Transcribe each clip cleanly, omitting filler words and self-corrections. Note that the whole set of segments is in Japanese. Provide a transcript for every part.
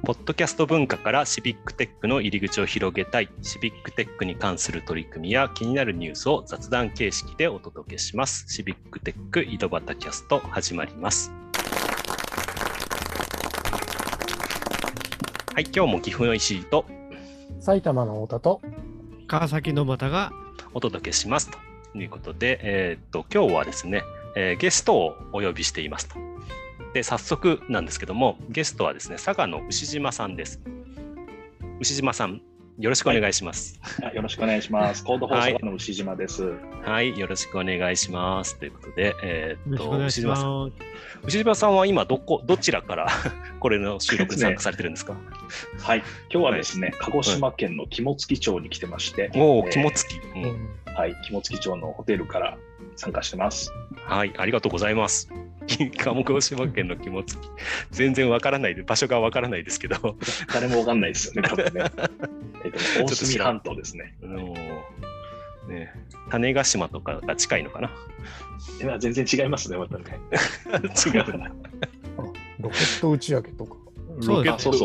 ポッドキャスト文化からシビックテックの入り口を広げたい、シビックテックに関する取り組みや気になるニュースを雑談形式でお届けします。シビックテック井戸端キャスト始まります。はい、今日も岐阜の石井と埼玉の太田と川崎の又がお届けしますということで、今日はですね、ゲストをお呼びしていますと。で、早速なんですけども、ゲストはですね、佐賀の牛島さんです。牛島さん、よろしくお願いします。 よろしくお願いします。コードフォー佐賀の牛島です。 はい、よろしくお願いします。ということで、 牛島さん。 牛島さんは今どちらからこれの収録に参加されてるんですか？ はい、今日はですね、鹿児島県の肝付町に来てまして、 肝付、 はい、肝付町のホテルから参加してます。 はい、ありがとうございます。鹿児島県の肝付、全然わからないで、場所がわからないですけど、 誰もわかんないですよね、多分ね。大隅半島ですね。 ね、種子島とかが近いのかな。 いや、全然違いますね、またね。 違うな。 ロケット打ち上げとか。 そうです。 そう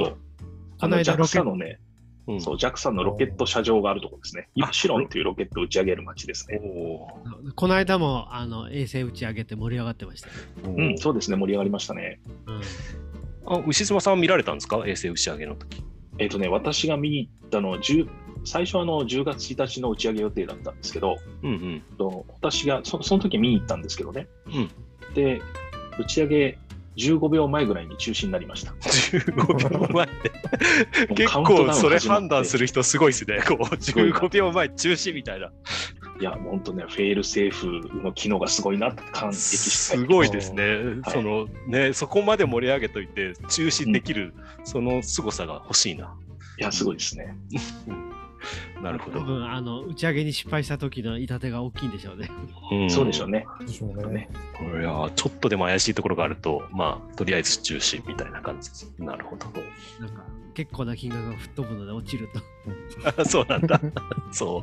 。JAXA のね、 そう、 JAXA のロケット射場があるところですね。イプシロンというロケットを打ち上げる町ですね。 この間も衛星打ち上げて盛り上がってました。 そうですね、盛り上がりましたね。 牛島さんは見られたんですか、衛星打ち上げの時？ 私が見に行ったのは最初は10月1日の打ち上げ予定だったんですけど、私がその時見に行ったんですけどね、で、打ち上げ15秒前ぐらいに中止になりました。 15秒前って結構それ判断する人すごいですね。こう15秒前中止みたいな。 いや、本当ね、フェールセーフの機能がすごいなって感激して。 すごいですね。そこまで盛り上げといて中止できる、その凄さが欲しいな。 いや、すごいですね。 なるほど。 多分打ち上げに失敗した時の痛手が大きいんでしょうね。 そうでしょうね。 いや、ちょっとでも怪しいところがあると、とりあえず中止みたいな感じです。なるほど。 なんか結構な金額が吹っ飛ぶので落ちると。 そうなんだ。そう。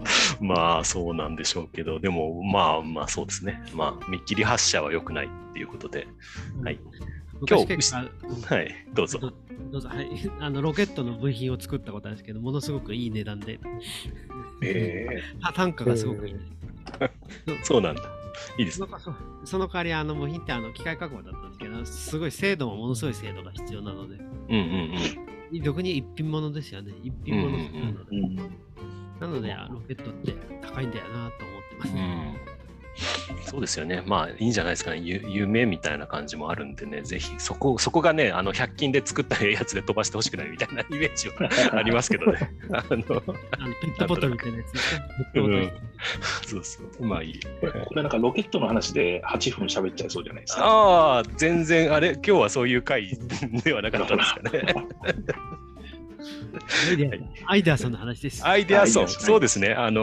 そうなんでしょうけど、でもそうですね。見切り発車は良くないっていうことで。はい。今日、はい、どうぞ。 はい、ロケットの部品を作ったことなんですけど、ものすごくいい値段で。単価がすごくいい。 そうなんだ。いいですね。 その代わり部品って機械加工だったんですけど、すごい精度ものすごい精度が必要なので。特に一品物ですよね。一品物なので、ロケットって高いんだよなと思ってますね。 そうですよね。いいんじゃないですかね。夢みたいな感じもあるんでね、ぜひそこがね、100均で作ったやつで飛ばしてほしくないみたいなイメージはありますけどね。 ペットボトルみたいなやつですか？ そうそう。いい。 これなんかロケットの話で8分喋っちゃいそうじゃないですか。 全然今日はそういう回ではなかったですかね。 アイデアソンの話です。 アイデアソン、そうですね。はい、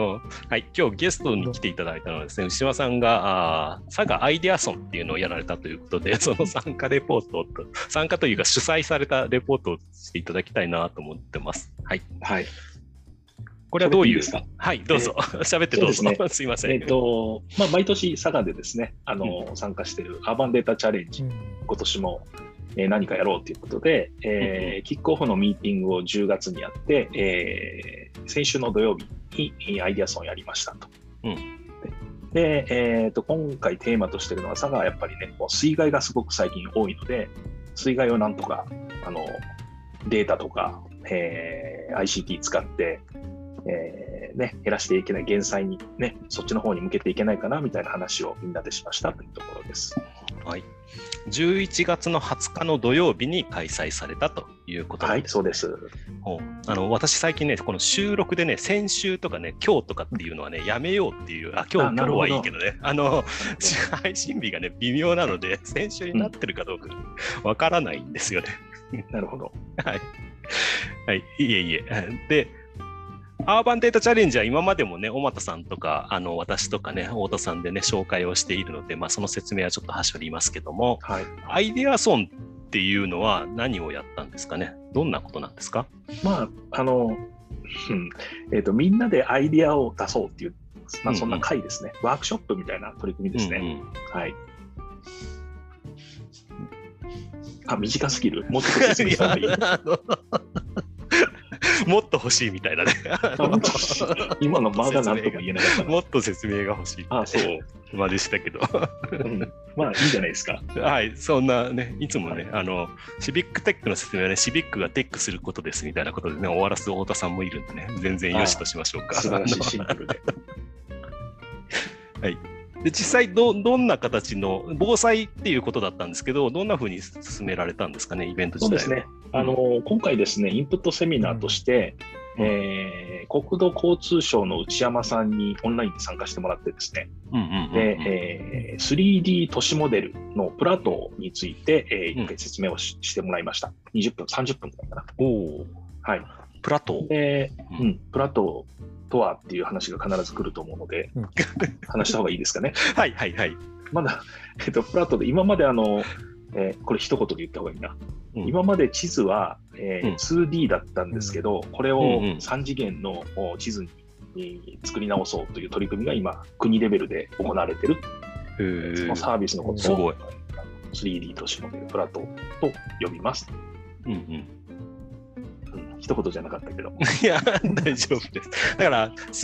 今日ゲストに来ていただいたのはですね、牛島さんが佐賀アイデアソンっていうのをやられたということで、その参加というか主催されたレポートをしていただきたいなと思ってます。はい。 はい。 これはどういうですか？ はい、どうぞ。喋ってどうぞ。すいません。 毎年佐賀でですね、参加しているアーバンデータチャレンジ、今年も何かやろうということで、キックオフのミーティングを10月にやって、先週の土曜日にアイデアソンをやりましたと。で、今回テーマとしているのは、佐賀はやっぱりね、水害がすごく最近多いので、水害をなんとかデータとか、ICT 使って、減らしていけない減災にね、そっちの方に向けていけないかなみたいな話をみんなでしましたというところです。 はい。11月の20日の土曜日に開催されたということです。 はい、そうです。 私最近ね、この収録でね、先週とかね、今日とかっていうのはね、やめようっていう、今日はいいけどね、配信日がね、微妙なので、先週になってるかどうかわからないんですよね。 なるほど。 はい。はい、いえ。で、アーバンデータチャレンジは今までもね、小俣さんとか私とかね、太田さんでね、紹介をしているので、その説明はちょっと端折りますけども、アイデアソンっていうのは何をやったんですかね？どんなことなんですか？ みんなでアイデアを出そうっていう、そんな会ですね。ワークショップみたいな取り組みですね。はい。短すぎる？もうちょっと説明した方がいい？ もっと欲しいみたいなね。 今のまだなんとも言えなかったな。 もっと説明が欲しい。 あ、そうまでしたけど。 まあいいじゃないですか。 はい、そんなね、いつもね、シビックテックの説明はね、シビックがテックすることですみたいなことでね、終わらす太田さんもいるんでね、全然よしとしましょうか。 素晴らしい、シンプルで。 はい。で、実際どんな形の防災っていうことだったんですけど、どんなふうに進められたんですかね、イベント自体は。 そうですね。今回ですね、インプットセミナーとして、国土交通省の内山さんにオンラインで参加してもらってですね、3D 都市モデルのプラトーについて、一回説明をしてもらいました。20分、30分くらいかな。はい。 プラトーで、プラトーとはっていう話が必ず来ると思うので、話した方がいいですかね。 はいはいはい。 まだ、プラトーで今までこれ一言で言った方がいいな。今まで地図は、2D だったんですけど、これを3次元の地図に作り直そうという取り組みが今、国レベルで行われている。そのサービスのことを 3D 都市モデルプラトーと呼びます。一言じゃなかったけど。 いや、大丈夫です。だから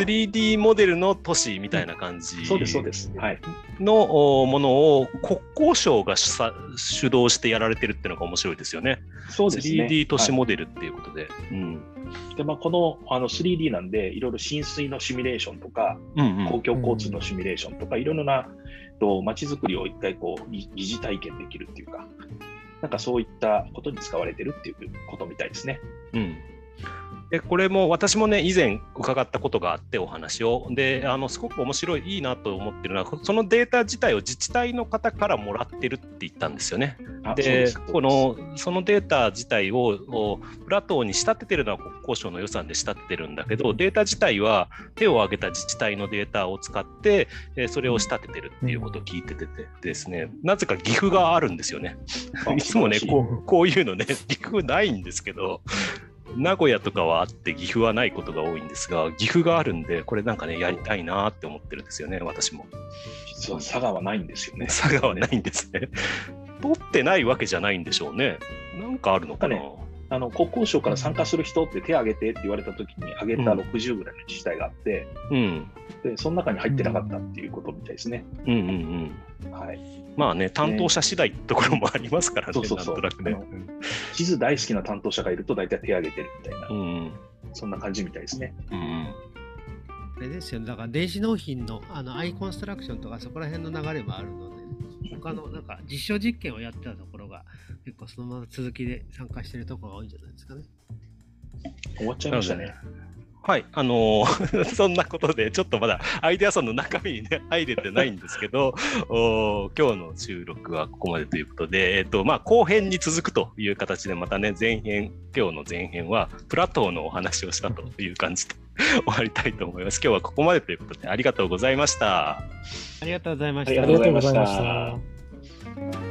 、3D モデルの都市みたいな感じそうです、そうです。はい。 のものを国交省が主導してやられてるっていうのが面白いですよね。 そうですね。 3D 都市モデルっていうことで。 で、この3D なんで、いろいろ浸水のシミュレーションとか、公共交通のシミュレーションとか、いろいろな街づくりを一回疑似体験できるっていうか、なんかそういったことに使われてるっていうことみたいですね。 でこれも私もね以前伺ったことがあってお話をですごく面白いいいなと思ってるのはそのデータ自体を自治体の方からもらってるって言ったんですよね。でそのデータ自体をプラトーに仕立ててるのは国交省の予算で仕立ててるんだけどデータ自体は手を挙げた自治体のデータを使ってそれを仕立ててるっていうことを聞いててですね、なぜか岐阜があるんですよね。いつもねこういうのね岐阜ないんですけど名古屋とかはあって岐阜はないことが多いんですが岐阜があるんでこれなんかねやりたいなって思ってるんですよね私も。 実は佐賀はないんですよね。 佐賀はないんですね。取ってないわけじゃないんでしょうね。なんかあるのかな。 国交省から参加する人って手を挙げてって言われたときに挙げた60ぐらいの自治体があって、でその中に入ってなかったっていうことみたいですね。はい、まあね担当者次第ってところもありますからね。なんとなくね。 地図大好きな担当者がいると大体手を挙げてるみたいな、そんな感じみたいですね。 あれですよね。だから電子納品のアイコンストラクションとかそこら辺の流れもあるので、他のなんか実証実験をやってたところが結構そのまま続きで参加しているところが多いんじゃないですかね。 終わっちゃいましたね。 はい、そんなことでちょっとまだアイデアソンの中身にね入れてないんですけど今日の収録はここまでということで、後編に続くという形でまたね今日の前編はプラトーのお話をしたという感じで終わりたいと思います。今日はここまでということでありがとうございました。 ありがとうございました。 ありがとうございました。